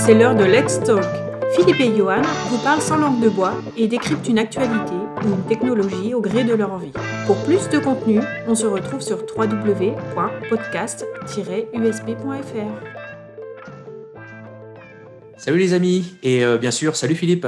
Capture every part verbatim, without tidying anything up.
C'est l'heure de Let's Talk. Philippe et Johan vous parlent sans langue de bois et décryptent une actualité ou une technologie au gré de leur envie. Pour plus de contenu, on se retrouve sur w w w point podcast tiret u s b point f r. Salut les amis, et euh, bien sûr, salut Philippe.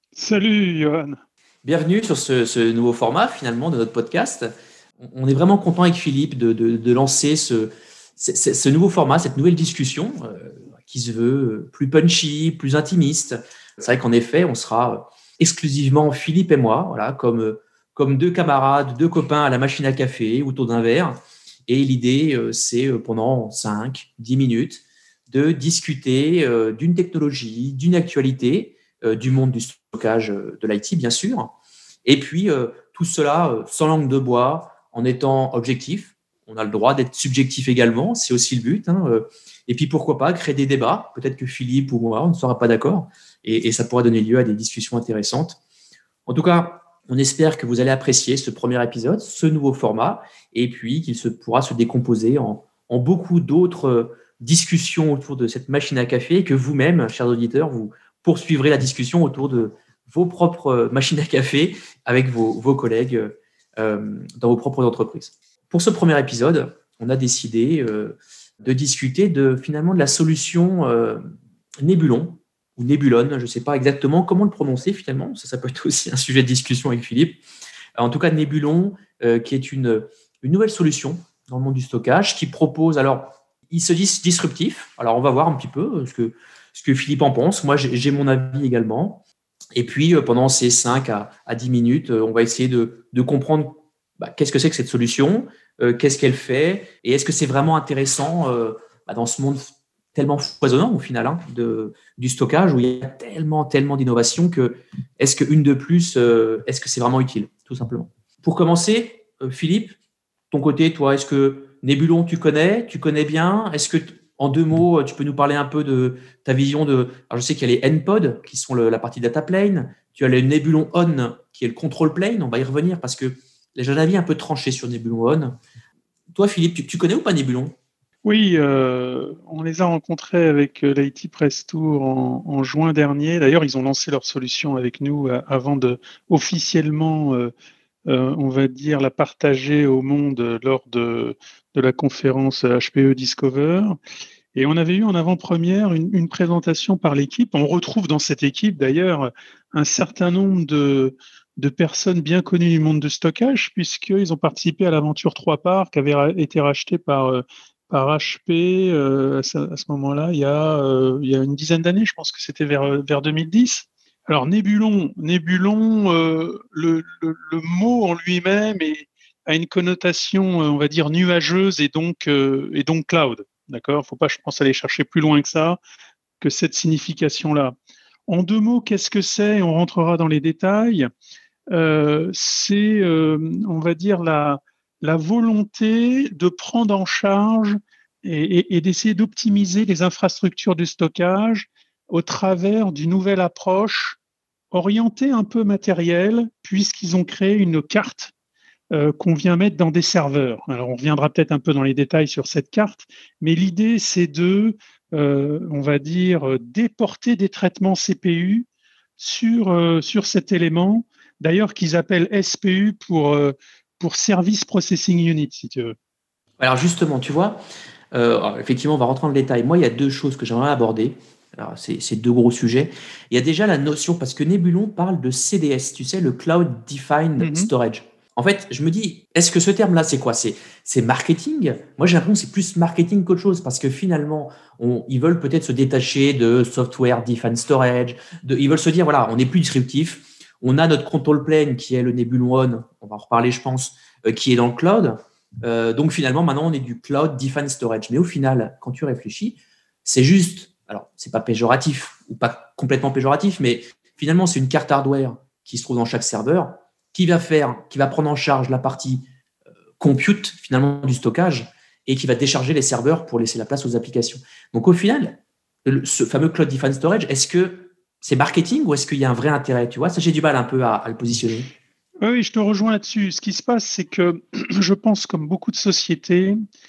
Salut Johan. Bienvenue sur ce, ce nouveau format finalement de notre podcast. On est vraiment content avec Philippe de, de, de lancer ce, ce, ce nouveau format, cette nouvelle discussion euh, qui se veut plus punchy, plus intimiste. C'est vrai qu'en effet, on sera exclusivement Philippe et moi, voilà, comme, comme deux camarades, deux copains à la machine à café autour d'un verre. Et l'idée, euh, c'est pendant cinq, dix minutes de discuter euh, d'une technologie, d'une actualité, euh, du monde du stockage euh, de l'I T, bien sûr. Et puis, euh, tout cela euh, sans langue de bois, en étant objectif. On a le droit d'être subjectif également, c'est aussi le but. Hein, euh. Et puis, pourquoi pas créer des débats. Peut-être que Philippe ou moi, on ne sera pas d'accord. Et, et ça pourra donner lieu à des discussions intéressantes. En tout cas, on espère que vous allez apprécier ce premier épisode, ce nouveau format, et puis qu'il se pourra se décomposer en, en beaucoup d'autres euh, discussion autour de cette machine à café et que vous-même, chers auditeurs, vous poursuivrez la discussion autour de vos propres machines à café avec vos, vos collègues euh, dans vos propres entreprises. Pour ce premier épisode, on a décidé euh, de discuter de, finalement de la solution euh, Nebulon ou Nebulon, je ne sais pas exactement comment le prononcer finalement, ça, ça peut être aussi un sujet de discussion avec Philippe. En tout cas, Nebulon, euh, qui est une, une nouvelle solution dans le monde du stockage qui propose, alors, ils se disent disruptifs. Alors, on va voir un petit peu ce que, ce que Philippe en pense. Moi, j'ai, j'ai mon avis également. Et puis, pendant ces cinq à dix minutes, on va essayer de, de comprendre bah, qu'est-ce que c'est que cette solution, euh, qu'est-ce qu'elle fait, et est-ce que c'est vraiment intéressant euh, bah, dans ce monde tellement foisonnant, au final, hein, de, du stockage, où il y a tellement, tellement d'innovations que est-ce qu'une de plus, euh, est-ce que c'est vraiment utile, tout simplement. Pour commencer, euh, Philippe, ton côté, toi, est-ce que Nebulon, tu connais, tu connais bien. Est-ce que, en deux mots, tu peux nous parler un peu de ta vision de… Alors, je sais qu'il y a les N-Pod, qui sont le, la partie data plane. Tu as le Nebulon On, qui est le control plane. On va y revenir parce que j'ai un avis un peu tranché sur Nebulon On. Toi, Philippe, tu, tu connais ou pas Nebulon ? Oui, euh, on les a rencontrés avec l'I T Press Tour en, en juin dernier. D'ailleurs, ils ont lancé leur solution avec nous avant de officiellement… Euh, Euh, on va dire, la partager au monde lors de, de la conférence H P E Discover. Et on avait eu en avant-première une, une présentation par l'équipe. On retrouve dans cette équipe, d'ailleurs, un certain nombre de, de personnes bien connues du monde de stockage, puisqu'ils ont participé à l'aventure trois parts qui avait ra- été rachetée par, par H P euh, à ce, à ce moment-là, il y, a, euh, il y a une dizaine d'années, je pense que c'était vers, vers deux mille dix. Alors, Nebulon, Nebulon euh, le, le, le mot en lui-même est, a une connotation, on va dire, nuageuse et donc, euh, et donc cloud. D'accord ? Il ne faut pas, je pense, aller chercher plus loin que ça, que cette signification-là. En deux mots, qu'est-ce que c'est ? On rentrera dans les détails. Euh, c'est, euh, on va dire, la, la volonté de prendre en charge et, et, et d'essayer d'optimiser les infrastructures de stockage au travers d'une nouvelle approche orientée un peu matérielle, puisqu'ils ont créé une carte euh, qu'on vient mettre dans des serveurs. Alors, on reviendra peut-être un peu dans les détails sur cette carte, mais l'idée, c'est de, euh, on va dire, déporter des traitements C P U sur, euh, sur cet élément, d'ailleurs qu'ils appellent S P U pour, euh, pour Service Processing Unit, si tu veux. Alors, justement, tu vois, euh, effectivement, on va rentrer dans le détail. Moi, il y a deux choses que j'aimerais aborder. Alors, c'est, c'est deux gros sujets. Il y a déjà la notion, parce que Nebulon parle de C D S, tu sais, le Cloud Defined Mm-hmm. Storage. En fait, je me dis, est-ce que ce terme-là, c'est quoi ? c'est, c'est marketing ? Moi, j'ai l'impression que c'est plus marketing qu'autre chose, parce que finalement, on, ils veulent peut-être se détacher de Software Defined Storage. De, ils veulent se dire, voilà, on n'est plus disruptif. On a notre control plane qui est le Nebulon One, on va en reparler, je pense, euh, qui est dans le cloud. Euh, donc finalement, maintenant, on est du Cloud Defined Storage. Mais au final, quand tu réfléchis, c'est juste, alors, c'est pas péjoratif ou pas complètement péjoratif, mais finalement, c'est une carte hardware qui se trouve dans chaque serveur, qui va faire, qui va prendre en charge la partie euh, compute finalement du stockage et qui va décharger les serveurs pour laisser la place aux applications. Donc au final, le, ce fameux Cloud Defined Storage, est-ce que c'est marketing ou est-ce qu'il y a un vrai intérêt ? Tu vois, ça j'ai du mal un peu à, à le positionner. Oui, je te rejoins là-dessus. Ce qui se passe, c'est que je pense, comme beaucoup de sociétés,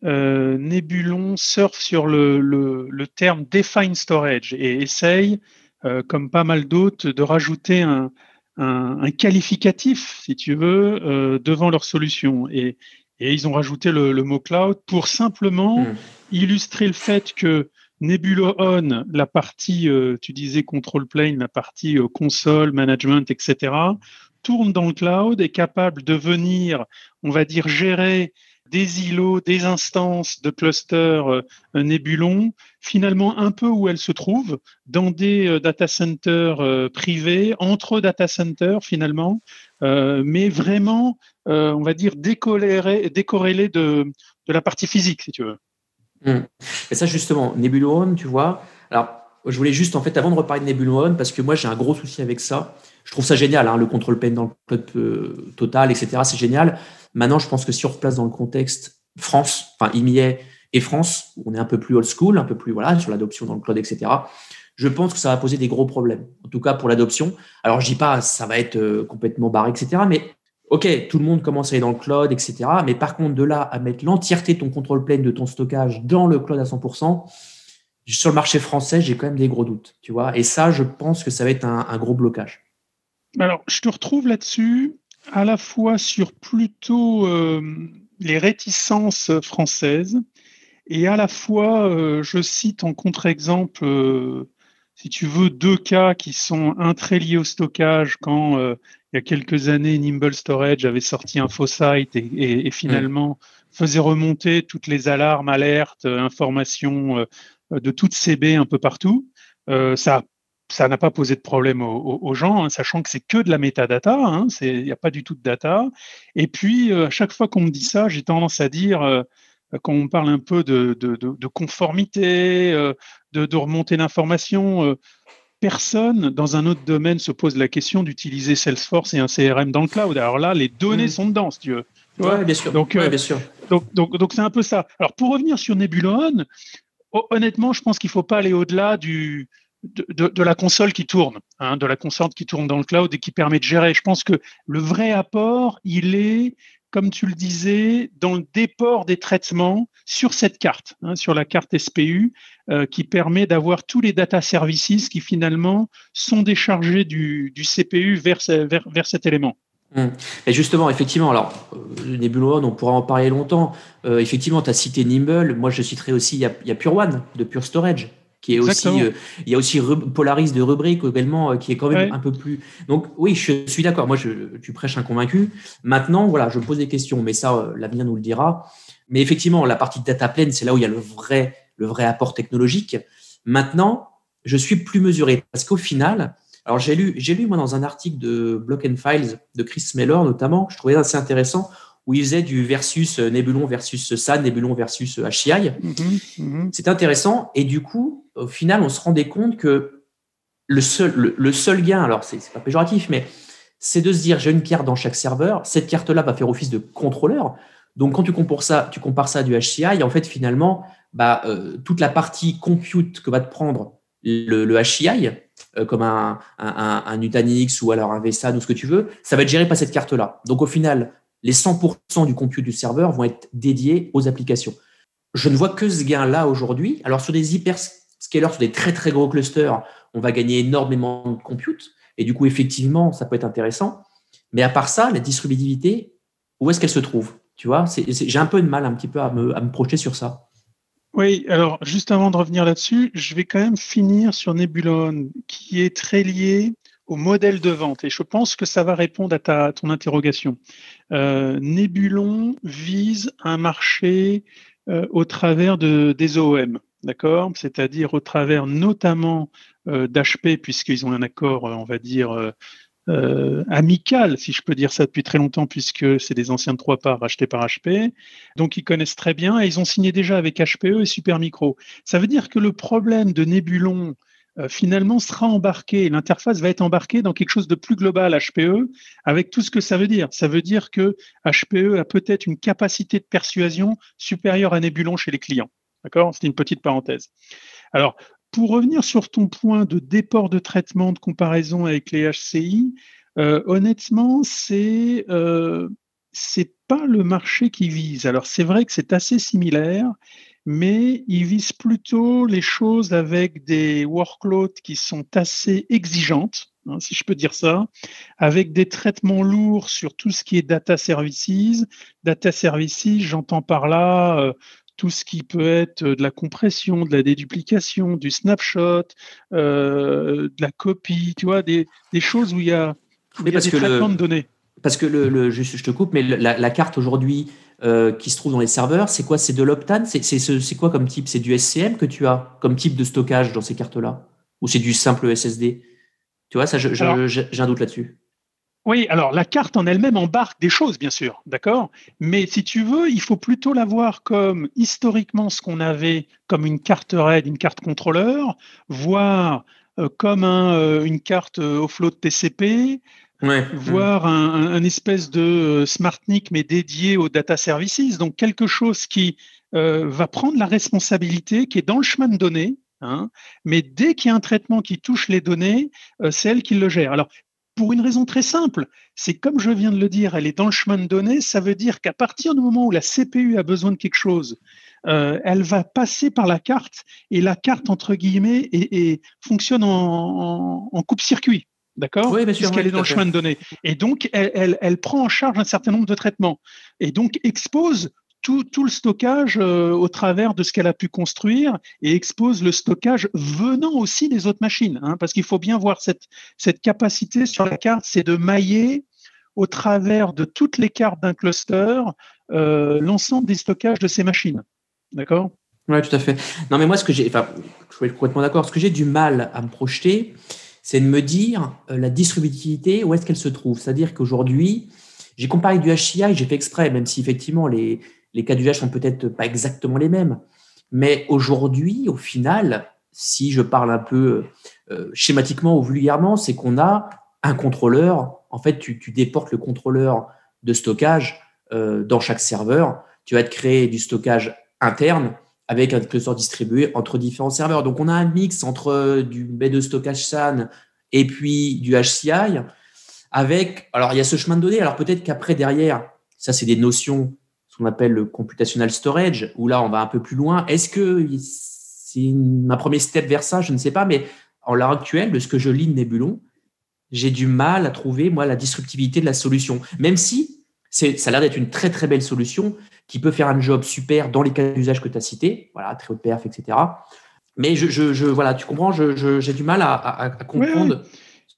euh, Nebulon surfe sur le, le, le terme Define Storage et essaye, euh, comme pas mal d'autres, de rajouter un, un, un qualificatif, si tu veux, euh, devant leur solution. Et, et ils ont rajouté le, le mot cloud pour simplement Hmm. illustrer le fait que Nebula On, la partie, euh, tu disais control plane, la partie euh, console, management, et cetera, tourne dans le cloud, est capable de venir, on va dire, gérer des îlots, des instances de clusters euh, Nebulon, finalement un peu où elles se trouvent, dans des euh, data centers euh, privés, entre data centers finalement, euh, mais vraiment, euh, on va dire, décorrélés décorrélé de, de la partie physique, si tu veux. Hmm. Et ça, justement, Nebula One, tu vois. Alors, je voulais juste, en fait, avant de reparler de Nebula One, parce que moi, j'ai un gros souci avec ça. Je trouve ça génial, hein, le contrôle plane dans le cloud euh, total, et cetera. C'est génial. Maintenant, je pense que si on replace dans le contexte France, enfin, I M I A et France, où on est un peu plus old school, un peu plus, voilà, sur l'adoption dans le cloud, et cetera, je pense que ça va poser des gros problèmes. En tout cas, pour l'adoption. Alors, je dis pas, ça va être euh, complètement barré, et cetera. Mais OK, tout le monde commence à aller dans le cloud, et cetera. Mais par contre, de là à mettre l'entièreté de ton contrôle plane de ton stockage dans le cloud à cent pour cent, sur le marché français, j'ai quand même des gros doutes, tu vois. Et ça, je pense que ça va être un, un gros blocage. Alors, je te retrouve là-dessus, à la fois sur plutôt euh, les réticences françaises, et à la fois, euh, je cite en contre-exemple, euh, si tu veux, deux cas qui sont un très liés au stockage, quand euh, il y a quelques années, Nimble Storage avait sorti un faux site et, et, et finalement mmh. faisait remonter toutes les alarmes, alertes, informations euh, de toutes C B un peu partout. Euh, ça ça n'a pas posé de problème aux, aux, aux gens, hein, sachant que c'est que de la métadata, hein, il n'y a pas du tout de data. Et puis, euh, à chaque fois qu'on me dit ça, j'ai tendance à dire... Euh, quand on parle un peu de, de, de, de conformité, de, de remontée d'informations, personne dans un autre domaine se pose la question d'utiliser Salesforce et un C R M dans le cloud. Alors là, les données mmh. sont dedans, si tu veux. Tu vois ouais, bien sûr. Donc, ouais, euh, bien sûr. donc, donc, donc c'est un peu ça. Alors, pour revenir sur Nebula On, honnêtement, je pense qu'il ne faut pas aller au-delà du, de, de, de la console qui tourne, hein, de la console qui tourne dans le cloud et qui permet de gérer. Je pense que le vrai apport, il est, comme tu le disais, dans le déport des traitements sur cette carte, hein, sur la carte S P U, euh, qui permet d'avoir tous les data services qui finalement sont déchargés du, du C P U vers, vers, vers cet élément. Mmh. Et justement, effectivement, alors, euh, Nebula One, on pourra en parler longtemps. Euh, effectivement, tu as cité Nimble. Moi, je citerai aussi, il y a, il y a Pure One de Pure Storage, qui est Exactement. aussi, euh, il y a aussi Polaris de Rubrik également, euh, qui est quand même ouais. un peu plus. Donc, oui, je suis d'accord. Moi, je, tu prêches un convaincu. Maintenant, voilà, je me pose des questions, mais ça, euh, l'avenir nous le dira. Mais effectivement, la partie data plane, c'est là où il y a le vrai, le vrai apport technologique. Maintenant, je suis plus mesuré parce qu'au final, alors j'ai lu, j'ai lu moi dans un article de Block and Files de Chris Mailer notamment, je trouvais assez intéressant, où il faisait du versus Nebulon versus S A N, Nebulon versus H C I. Mm-hmm, mm-hmm. C'est intéressant et du coup, au final, on se rendait compte que le seul, le, le seul gain, alors c'est, c'est pas péjoratif, mais c'est de se dire j'ai une carte dans chaque serveur, cette carte-là va faire office de contrôleur. Donc quand tu compares ça, tu compares ça à du H C I, en fait finalement, bah, euh, toute la partie compute que va te prendre le, le H C I, euh, comme un, un, un Nutanix ou alors un V S A N ou ce que tu veux, ça va être géré par cette carte-là. Donc au final, les cent pour cent du compute du serveur vont être dédiés aux applications. Je ne vois que ce gain-là aujourd'hui. Alors sur des hyperscalers, sur des très très gros clusters, on va gagner énormément de compute et du coup effectivement, ça peut être intéressant. Mais à part ça, la distributivité, où est-ce qu'elle se trouve? Tu vois, c'est, c'est, j'ai un peu de mal un petit peu à me, à me projeter sur ça. Oui, alors juste avant de revenir là-dessus, je vais quand même finir sur Nebula On, qui est très lié au modèle de vente. Et je pense que ça va répondre à, ta, à ton interrogation. Euh, Nebulon vise un marché euh, au travers de, des O E M, d'accord ? C'est-à-dire au travers notamment euh, d'H P, puisqu'ils ont un accord, on va dire, euh, Euh, amical, si je peux dire ça depuis très longtemps, puisque c'est des anciens de trois parts rachetés par H P. Donc, ils connaissent très bien et ils ont signé déjà avec H P E et Supermicro. Ça veut dire que le problème de Nebulon, euh, finalement, sera embarqué, l'interface va être embarquée dans quelque chose de plus global H P E, avec tout ce que ça veut dire. Ça veut dire que H P E a peut-être une capacité de persuasion supérieure à Nebulon chez les clients. D'accord ? C'est une petite parenthèse. Alors, pour revenir sur ton point de déport de traitement, de comparaison avec les H C I, euh, honnêtement, c'est euh, c'est pas le marché qu'ils visent. Alors, c'est vrai que c'est assez similaire, mais ils visent plutôt les choses avec des workloads qui sont assez exigeantes, hein, si je peux dire ça, avec des traitements lourds sur tout ce qui est data services. Data services, j'entends par là euh, tout ce qui peut être de la compression, de la déduplication, du snapshot, euh, de la copie, tu vois, des, des choses où il y a, où Oui, il y a parce des que traitements le, de données. parce que le, le je, je te coupe, mais le- la, la carte aujourd'hui euh, qui se trouve dans les serveurs, c'est quoi? C'est de l'Optane? C'est c'est ce- c'est quoi comme type? C'est du S C M que tu as comme type de stockage dans ces cartes-là? Ou c'est du simple S S D? Tu vois, ça, je- Alors, je- j'ai j'ai un doute là-dessus. oui, alors la carte en elle-même embarque des choses, bien sûr, d'accord? Mais si tu veux, il faut plutôt la voir comme historiquement ce qu'on avait comme une carte RAID, une carte contrôleur, voire euh, comme un, euh, une carte euh, offload T C P, Ouais. Hmm. voire un, un- un espèce de euh, SmartNIC mais dédié aux data services, donc quelque chose qui euh, va prendre la responsabilité, qui est dans le chemin de données, hein, mais dès qu'il y a un traitement qui touche les données, euh, c'est elle qui le gère. Alors, pour une raison très simple, c'est comme je viens de le dire, elle est dans le chemin de données, ça veut dire qu'à partir du moment où la C P U a besoin de quelque chose, euh, elle va passer par la carte et la carte, entre guillemets, et, et fonctionne en, en, en coupe-circuit. D'accord? Oui, bien sûr, oui, Puisqu'elle est tout dans à le chemin fait. de données. Et donc, elle, elle, elle prend en charge un certain nombre de traitements. Et donc, expose tout, tout le stockage euh, au travers de ce qu'elle a pu construire et expose le stockage venant aussi des autres machines. Hein, parce qu'il faut bien voir cette, cette capacité sur la carte, c'est de mailler au travers de toutes les cartes d'un cluster euh, l'ensemble des stockages de ces machines. D'accord? Ouais, tout à fait. Non, mais moi, ce que j'ai, enfin, je suis complètement d'accord. Ce que j'ai du mal à me projeter, c'est de me dire euh, la distributivité, où est-ce qu'elle se trouve? C'est-à-dire qu'aujourd'hui, j'ai comparé du H C I, j'ai fait exprès, même si effectivement les, les cas d'usage sont peut-être pas exactement les mêmes. Mais aujourd'hui, au final, si je parle un peu euh, schématiquement ou vulgairement, c'est qu'on a un contrôleur. En fait, tu, tu déportes le contrôleur de stockage euh, dans chaque serveur. Tu vas te créer du stockage interne avec un cluster distribué entre différents serveurs. Donc, on a un mix entre du B deux stockage S A N et puis du H C I avec, alors, il y a ce chemin de données. Alors, peut-être qu'après, derrière, ça, c'est des notions, ce qu'on appelle le computational storage, où là, on va un peu plus loin. Est-ce que c'est un premier step vers ça? Je ne sais pas, mais en l'heure actuelle, de ce que je lis de Nebulon, j'ai du mal à trouver, moi, la disruptivité de la solution. Même si c'est, ça a l'air d'être une très, très belle solution qui peut faire un job super dans les cas d'usage que tu as cités, voilà, très haute perf, et cetera. Mais je, je, je voilà, tu comprends, je, je, j'ai du mal à, à, à Oui, oui. comprendre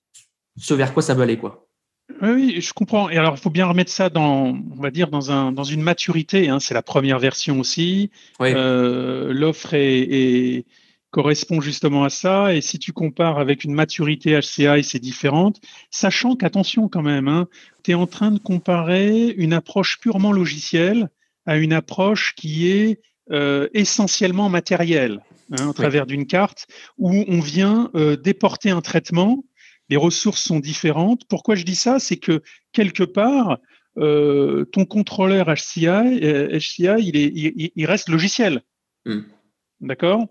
ce vers quoi ça veut aller, quoi. Oui, oui, je comprends. Et alors, il faut bien remettre ça dans, on va dire, dans un, dans une maturité. Hein. C'est la première version aussi. Oui, Euh, l'offre est, est- correspond justement à ça. Et si tu compares avec une maturité H C I, c'est différente. Sachant qu'attention quand même, hein, tu es en train de comparer une approche purement logicielle à une approche qui est euh, essentiellement matérielle, hein, au oui. travers d'une carte où on vient euh, déporter un traitement. Les ressources sont différentes. Pourquoi je dis ça? C'est que quelque part, euh, ton contrôleur H C I, euh, H C I il, est, il, il reste logiciel. Hmm. D'accord?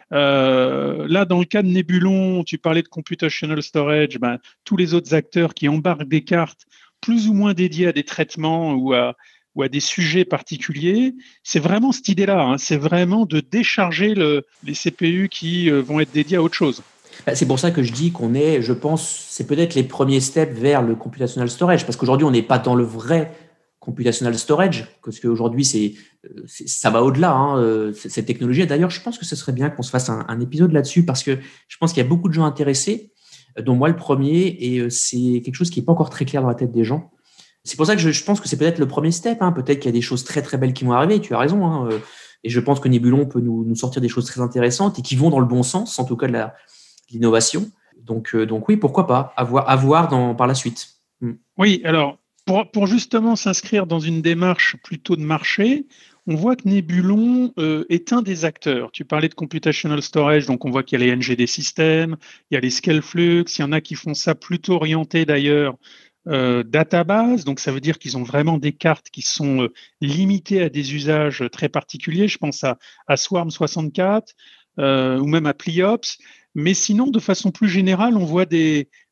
Euh, là, dans le cas de Nebulon, tu parlais de computational storage, ben, tous les autres acteurs qui embarquent des cartes plus ou moins dédiées à des traitements ou à, ou à des sujets particuliers, c'est vraiment cette idée-là. Hein, c'est vraiment de décharger le, les C P U qui euh, vont être dédiés à autre chose. C'est pour ça que je dis qu'on est, je pense, c'est peut-être les premiers steps vers le computational storage, parce qu'aujourd'hui, on n'est pas dans le vrai computational storage, parce qu'aujourd'hui, c'est, c'est, ça va au-delà, hein, euh, cette technologie. D'ailleurs, je pense que ce serait bien qu'on se fasse un, un épisode là-dessus, parce que je pense qu'il y a beaucoup de gens intéressés, dont moi le premier, et c'est quelque chose qui n'est pas encore très clair dans la tête des gens. C'est pour ça que je, je pense que c'est peut-être le premier step. Hein. Peut-être qu'il y a des choses très très belles qui vont arriver, tu as raison. Hein, et je pense que Nebulon peut nous, nous sortir des choses très intéressantes et qui vont dans le bon sens, en tout cas de la, l'innovation. Donc, euh, donc oui, pourquoi pas, à voir, à voir dans, par la suite. Mm. Oui, alors, pour, pour justement s'inscrire dans une démarche plutôt de marché, on voit que Nebulon euh, est un des acteurs. Tu parlais de computational storage, donc on voit qu'il y a les N G D systèmes, il y a les Scaleflux, il y en a qui font ça plutôt orienté d'ailleurs euh, database, donc ça veut dire qu'ils ont vraiment des cartes qui sont euh, limitées à des usages très particuliers. Je pense à, à Swarm soixante-quatre euh, ou même à Pliops. Mais sinon, de façon plus générale, on voit des,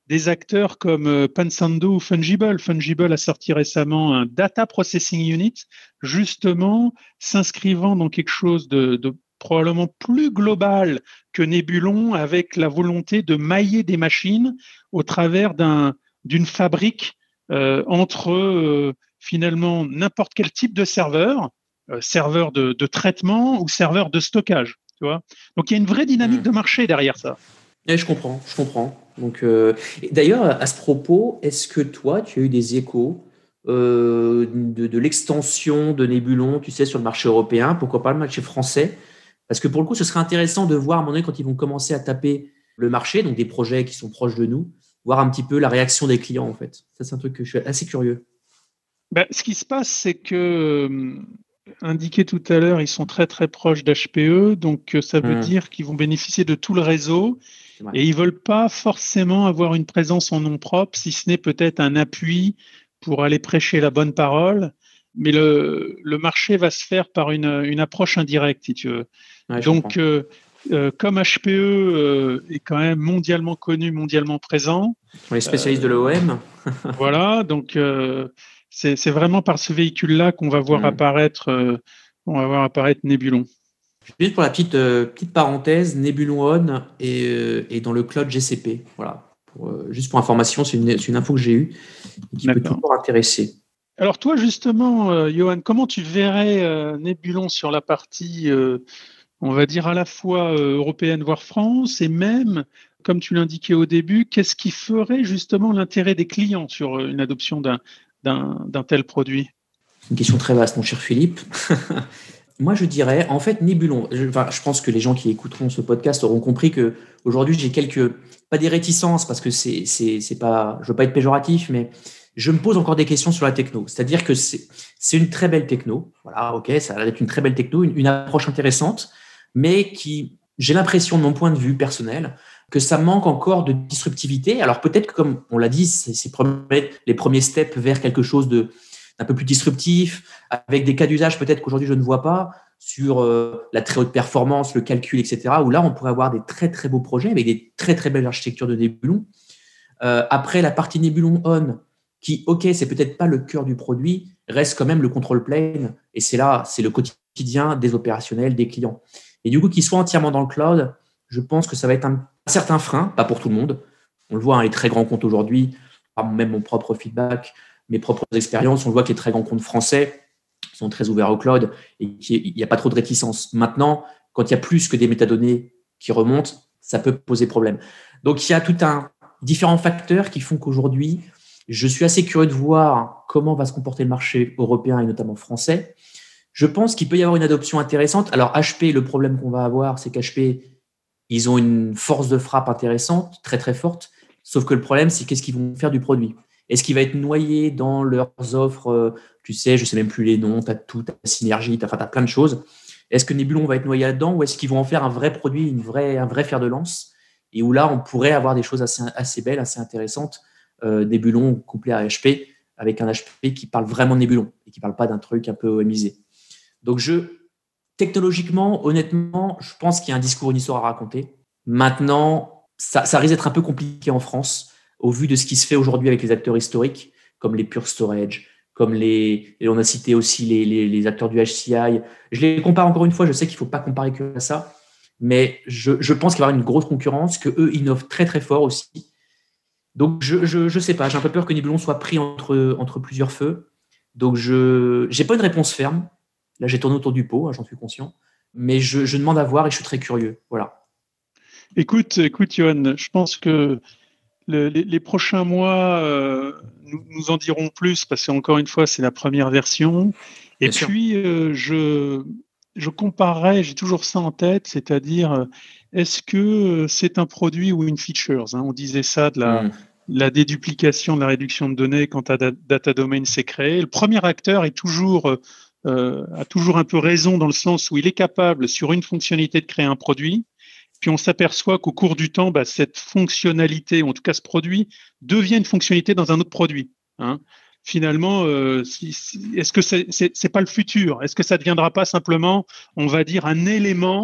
des acteurs comme euh, Pensando ou Fungible. Fungible a sorti récemment un Data Processing Unit, justement s'inscrivant dans quelque chose de, de probablement plus global que Nebulon, avec la volonté de mailler des machines au travers d'un, d'une fabrique euh, entre euh, finalement n'importe quel type de serveur, euh, serveur de, de traitement ou serveur de stockage. Tu vois. Donc il y a une vraie dynamique Mmh. de marché derrière ça. Et je comprends, je comprends. Donc, euh, et d'ailleurs, à ce propos, est-ce que toi, tu as eu des échos euh, de, de l'extension de Nebulon, tu sais, sur le marché européen, pourquoi pas le marché français? Parce que pour le coup, ce serait intéressant de voir à un moment donné, quand ils vont commencer à taper le marché, donc des projets qui sont proches de nous, voir un petit peu la réaction des clients, en fait. Ça, c'est un truc que je suis assez curieux. Ben, ce qui se passe, c'est que, euh, indiqué tout à l'heure, ils sont très très proches d'H P E, donc euh, ça veut Mmh, dire qu'ils vont bénéficier de tout le réseau c'est vrai. et ils veulent pas forcément avoir une présence en nom propre, si ce n'est peut-être un appui pour aller prêcher la bonne parole. Mais le, le marché va se faire par une, une approche indirecte, si tu veux. Ouais, je comprends. Donc, euh, euh, comme H P E euh, est quand même mondialement connu, mondialement présent, Pour les spécialistes de euh, l'O M, voilà, donc euh, c'est c'est vraiment par ce véhicule-là qu'on va voir mmh. apparaître, euh, on va voir apparaître Nebulon. Juste pour la petite, euh, petite parenthèse, Nebulon On est, euh, est dans le cloud G C P. Voilà. Pour, euh, juste pour information, c'est une, c'est une info que j'ai eue et qui peut D'accord. toujours intéresser. Alors toi, justement, euh, Johan, comment tu verrais euh, Nebulon sur la partie, euh, on va dire à la fois euh, européenne, voire France, et même, comme tu l'indiquais au début, qu'est-ce qui ferait justement l'intérêt des clients sur euh, une adoption d'un d'un d'un tel produit? C'est une question très vaste, mon cher Philippe. Moi, je dirais, en fait, Nebulon. Je, enfin, je pense que les gens qui écouteront ce podcast auront compris que aujourd'hui, j'ai quelques, pas des réticences, parce que c'est, c'est, c'est pas, je veux pas être péjoratif, mais je me pose encore des questions sur la techno. C'est-à-dire que c'est, c'est une très belle techno. Voilà, ok, ça va être une très belle techno, une, une approche intéressante, mais qui, j'ai l'impression, de mon point de vue personnel, que ça manque encore de disruptivité. Alors peut-être que, comme on l'a dit, c'est, c'est les premiers steps vers quelque chose de un peu plus disruptif, avec des cas d'usage peut-être qu'aujourd'hui je ne vois pas, sur euh, la très haute performance, le calcul, et cetera, où là on pourrait avoir des très très beaux projets avec des très très belles architectures de Nebulon. Euh, après, la partie Nebulon On, qui, ok, c'est peut-être pas le cœur du produit, reste quand même le control plane, et c'est là, c'est le quotidien des opérationnels, des clients. Et du coup, qu'ils soient entièrement dans le cloud, je pense que ça va être un, un certain frein, pas pour tout le monde. On le voit, hein, les très grands comptes aujourd'hui, même mon propre feedback, mes propres expériences, on voit que les très grands comptes français sont très ouverts au cloud et qu'il n'y a pas trop de réticence. Maintenant, quand il y a plus que des métadonnées qui remontent, ça peut poser problème. Donc, il y a tout un différents facteurs qui font qu'aujourd'hui, je suis assez curieux de voir comment va se comporter le marché européen et notamment français. Je pense qu'il peut y avoir une adoption intéressante. Alors, H P, le problème qu'on va avoir, c'est qu'H P, ils ont une force de frappe intéressante, très très forte. Sauf que le problème, c'est qu'est-ce qu'ils vont faire du produit. Est-ce qu'il va être noyé dans leurs offres, euh, tu sais, je ne sais même plus les noms, tu as tout, tu as Synergie, tu as, enfin, tu as plein de choses. Est-ce que Nebulon va être noyé là-dedans ou est-ce qu'ils vont en faire un vrai produit, une vraie, un vrai fer de lance et où là, on pourrait avoir des choses assez, assez belles, assez intéressantes, euh, Nebulon couplé à H P, avec un H P qui parle vraiment de Nebulon et qui ne parle pas d'un truc un peu O M isé. Donc, je, technologiquement, honnêtement, je pense qu'il y a un discours, une histoire à raconter. Maintenant, ça, ça risque d'être un peu compliqué en France au vu de ce qui se fait aujourd'hui avec les acteurs historiques, comme les Pure Storage, comme les, et on a cité aussi les, les, les acteurs du H C I. Je les compare encore une fois, je sais qu'il ne faut pas comparer que à ça, mais je, je pense qu'il va y avoir une grosse concurrence, qu'eux innovent très très fort aussi. Donc je je, je sais pas, j'ai un peu peur que Nebulon soit pris entre, entre plusieurs feux. Donc je n'ai pas une réponse ferme. Là, j'ai tourné autour du pot, hein, j'en suis conscient. Mais je, je demande à voir et je suis très curieux. Voilà. Écoute, écoute, Johan, je pense que Le, les, les prochains mois euh, nous, nous en dirons plus parce qu'encore une fois, c'est la première version. Et Bien sûr. puis, euh, je, je comparerai, j'ai toujours ça en tête, c'est-à-dire, est-ce que c'est un produit ou une feature, hein, on disait ça de la, Mmh. la déduplication, de la réduction de données quand un data domain s'est créé. Le premier acteur est toujours, euh, a toujours un peu raison dans le sens où il est capable, sur une fonctionnalité, de créer un produit. Puis on s'aperçoit qu'au cours du temps, bah, cette fonctionnalité, ou en tout cas ce produit, devient une fonctionnalité dans un autre produit. Hein. Finalement, euh, si, si, est-ce que c'est, c'est, c'est pas le futur? Est-ce que ça ne deviendra pas simplement, on va dire, un élément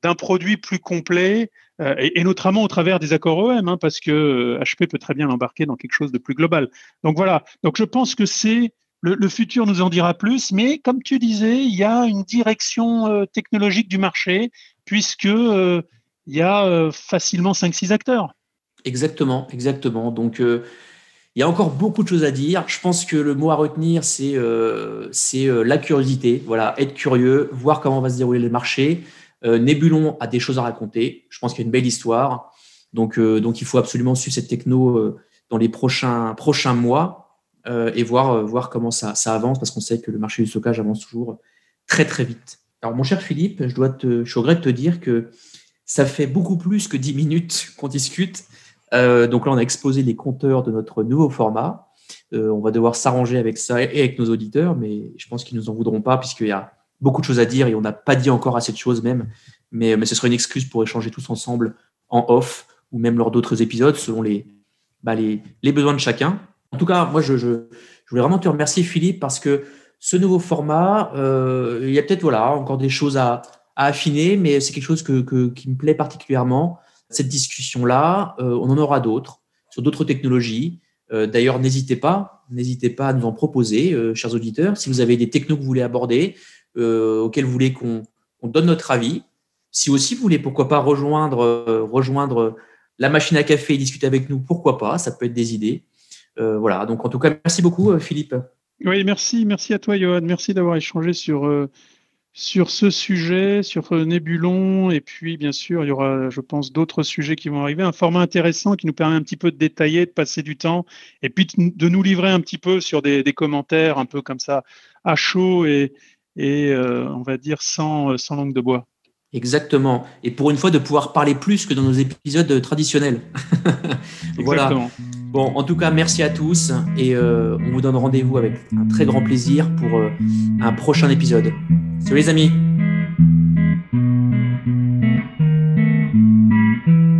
d'un produit plus complet, euh, et, et notamment au travers des accords O E M, hein, parce que euh, H P peut très bien l'embarquer dans quelque chose de plus global. Donc voilà, donc je pense que c'est le, le futur nous en dira plus, mais comme tu disais, il y a une direction euh, technologique du marché, puisque euh, il y a euh, facilement cinq six acteurs. Exactement, exactement. Donc, euh, il y a encore beaucoup de choses à dire. Je pense que le mot à retenir, c'est euh, c'est euh, la curiosité. Voilà, être curieux, voir comment va se dérouler le marché. Euh, Nebulon a des choses à raconter. Je pense qu'il y a une belle histoire. Donc, euh, donc il faut absolument suivre cette techno euh, dans les prochains, prochains mois euh, et voir, euh, voir comment ça, ça avance, parce qu'on sait que le marché du stockage avance toujours très, très vite. Alors, mon cher Philippe, je, dois te, je suis au regret de te dire que ça fait beaucoup plus que dix minutes qu'on discute. Euh, donc là, on a exposé les compteurs de notre nouveau format. Euh, on va devoir s'arranger avec ça et avec nos auditeurs, mais je pense qu'ils ne nous en voudront pas, puisqu'il y a beaucoup de choses à dire et on n'a pas dit encore assez de choses même. Mais, mais ce serait une excuse pour échanger tous ensemble en off ou même lors d'autres épisodes selon les, bah les, les besoins de chacun. En tout cas, moi, je, je, je voulais vraiment te remercier, Philippe, parce que ce nouveau format, euh, il y a peut-être voilà, encore des choses à, à affiner, mais c'est quelque chose que, que, qui me plaît particulièrement. Cette discussion-là, euh, on en aura d'autres, sur d'autres technologies. Euh, d'ailleurs, n'hésitez pas, n'hésitez pas à nous en proposer, euh, chers auditeurs. Si vous avez des technos que vous voulez aborder, euh, auxquels vous voulez qu'on, qu'on donne notre avis. Si aussi vous voulez, pourquoi pas, rejoindre, euh, rejoindre la machine à café et discuter avec nous, pourquoi pas, ça peut être des idées. Euh, voilà, donc en tout cas, merci beaucoup, Philippe. Oui, merci, merci à toi, Johan. Merci d'avoir échangé sur... Euh sur ce sujet, sur Nebulon, et puis bien sûr, il y aura, je pense, d'autres sujets qui vont arriver. Un format intéressant qui nous permet un petit peu de détailler, de passer du temps, et puis de nous livrer un petit peu sur des, des commentaires un peu comme ça, à chaud et, et euh, on va dire sans, sans langue de bois. Exactement. Et pour une fois, de pouvoir parler plus que dans nos épisodes traditionnels. Voilà. Exactement. Bon, en tout cas, merci à tous et euh, on vous donne rendez-vous avec un très grand plaisir pour euh, un prochain épisode. Salut les amis!